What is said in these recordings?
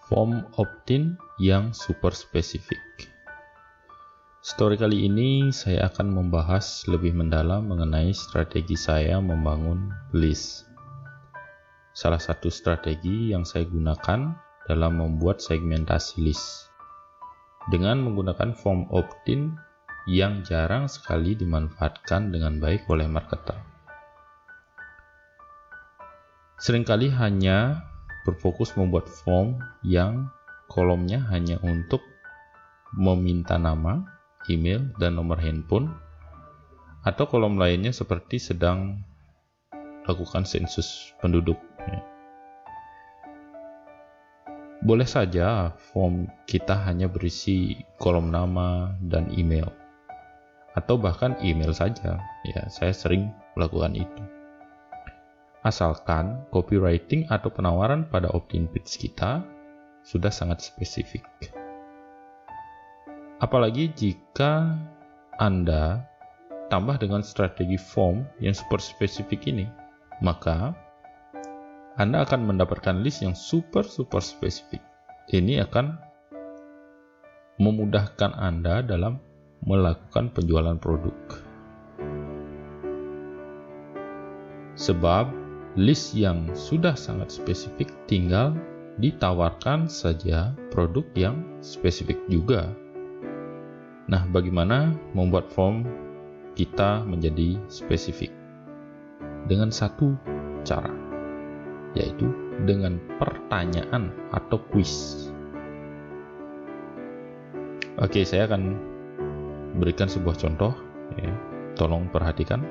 form opt-in yang super spesifik. Story kali ini saya akan membahas lebih mendalam mengenai strategi saya membangun list. Salah satu strategi yang saya gunakan dalam membuat segmentasi list dengan menggunakan form opt-in yang jarang sekali dimanfaatkan dengan baik oleh marketer. Seringkali hanya berfokus membuat form yang kolomnya hanya untuk meminta nama, email, dan nomor handphone, atau kolom lainnya seperti sedang lakukan sensus penduduk. Boleh saja form kita hanya berisi kolom nama dan email, atau bahkan email saja. Ya, saya sering melakukan itu. Asalkan copywriting atau penawaran pada opt-in page kita sudah sangat spesifik. Apalagi jika Anda tambah dengan strategi form yang super spesifik ini, maka Anda akan mendapatkan list yang super spesifik. Ini akan memudahkan Anda dalam melakukan penjualan produk. Sebab list yang sudah sangat spesifik tinggal ditawarkan saja produk yang spesifik juga. Nah, bagaimana membuat form kita menjadi spesifik? Dengan satu cara, yaitu dengan pertanyaan atau quiz. Oke, saya akan berikan sebuah contoh, ya. Tolong perhatikan.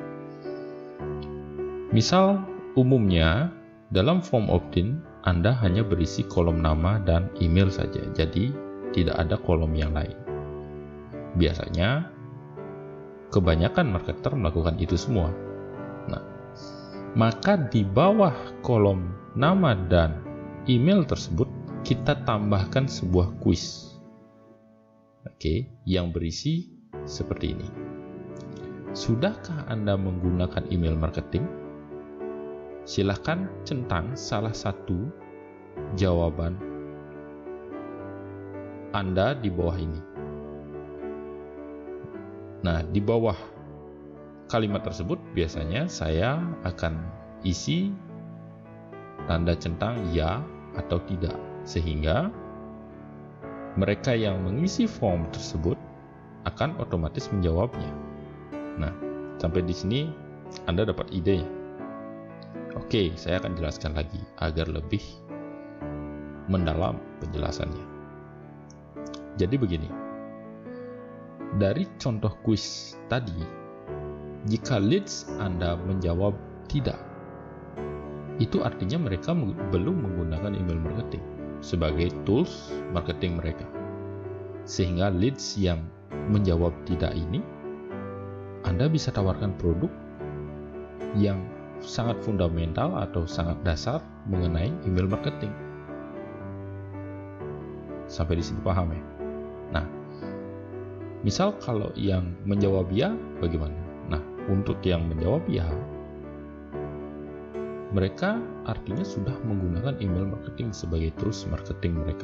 Misal, umumnya dalam form opt-in Anda hanya berisi kolom nama dan email saja, jadi tidak ada kolom yang lain. Biasanya kebanyakan marketer melakukan itu semua. Nah, maka di bawah kolom nama dan email tersebut kita tambahkan sebuah quiz. Oke, yang berisi seperti ini. Sudahkah Anda menggunakan email marketing? Silahkan centang salah satu jawaban Anda di bawah ini. Nah, di bawah kalimat tersebut biasanya saya akan isi tanda centang ya atau tidak, sehingga mereka yang mengisi form tersebut akan otomatis menjawabnya. Nah, sampai di sini Anda dapat idenya. Oke, saya akan jelaskan lagi agar lebih mendalam penjelasannya. Jadi begini, dari contoh kuis tadi, jika leads Anda menjawab tidak, itu artinya mereka belum menggunakan email marketing sebagai tools marketing mereka. Sehingga leads yang menjawab tidak ini, Anda bisa tawarkan produk yang sangat fundamental atau sangat dasar mengenai email marketing. Sampai di sini paham ya? Nah, misal kalau yang menjawab ya, bagaimana? Nah, untuk yang menjawab ya, mereka artinya sudah menggunakan email marketing sebagai tools marketing mereka.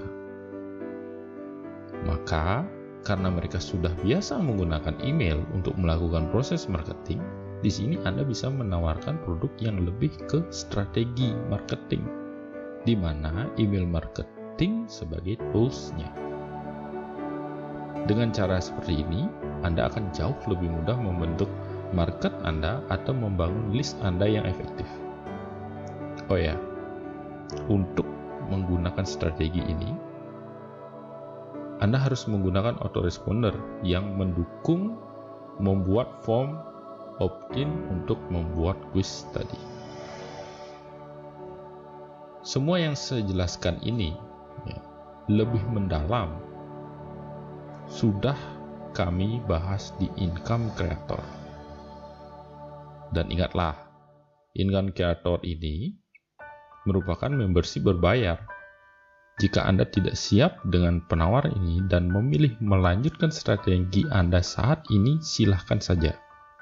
Maka, karena mereka sudah biasa menggunakan email untuk melakukan proses marketing, di sini Anda bisa menawarkan produk yang lebih ke strategi marketing, di mana email marketing sebagai tools-nya. Dengan cara seperti ini, Anda akan jauh lebih mudah membentuk market Anda atau membangun list Anda yang efektif. Oh ya, untuk menggunakan strategi ini, Anda harus menggunakan autoresponder yang mendukung membuat form opt-in untuk membuat quiz tadi. Semua yang saya jelaskan ini ya, lebih mendalam sudah kami bahas di Income Creator. Dan ingatlah, Income Creator ini merupakan membership berbayar. Jika Anda tidak siap dengan penawar ini dan memilih melanjutkan strategi Anda saat ini, silahkan saja.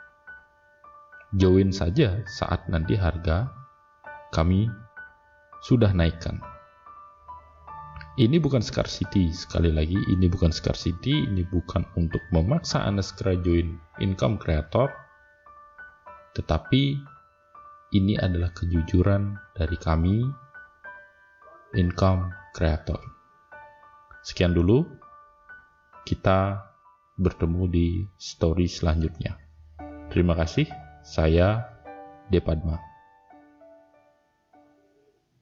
Join saja saat nanti harga kami sudah naikkan. Ini bukan scarcity, sekali lagi ini bukan scarcity, ini bukan untuk memaksa Anda segera join income creator, tetapi ini adalah kejujuran dari kami, income creator. Sekian dulu, kita bertemu di story selanjutnya. Terima kasih, saya Depadma.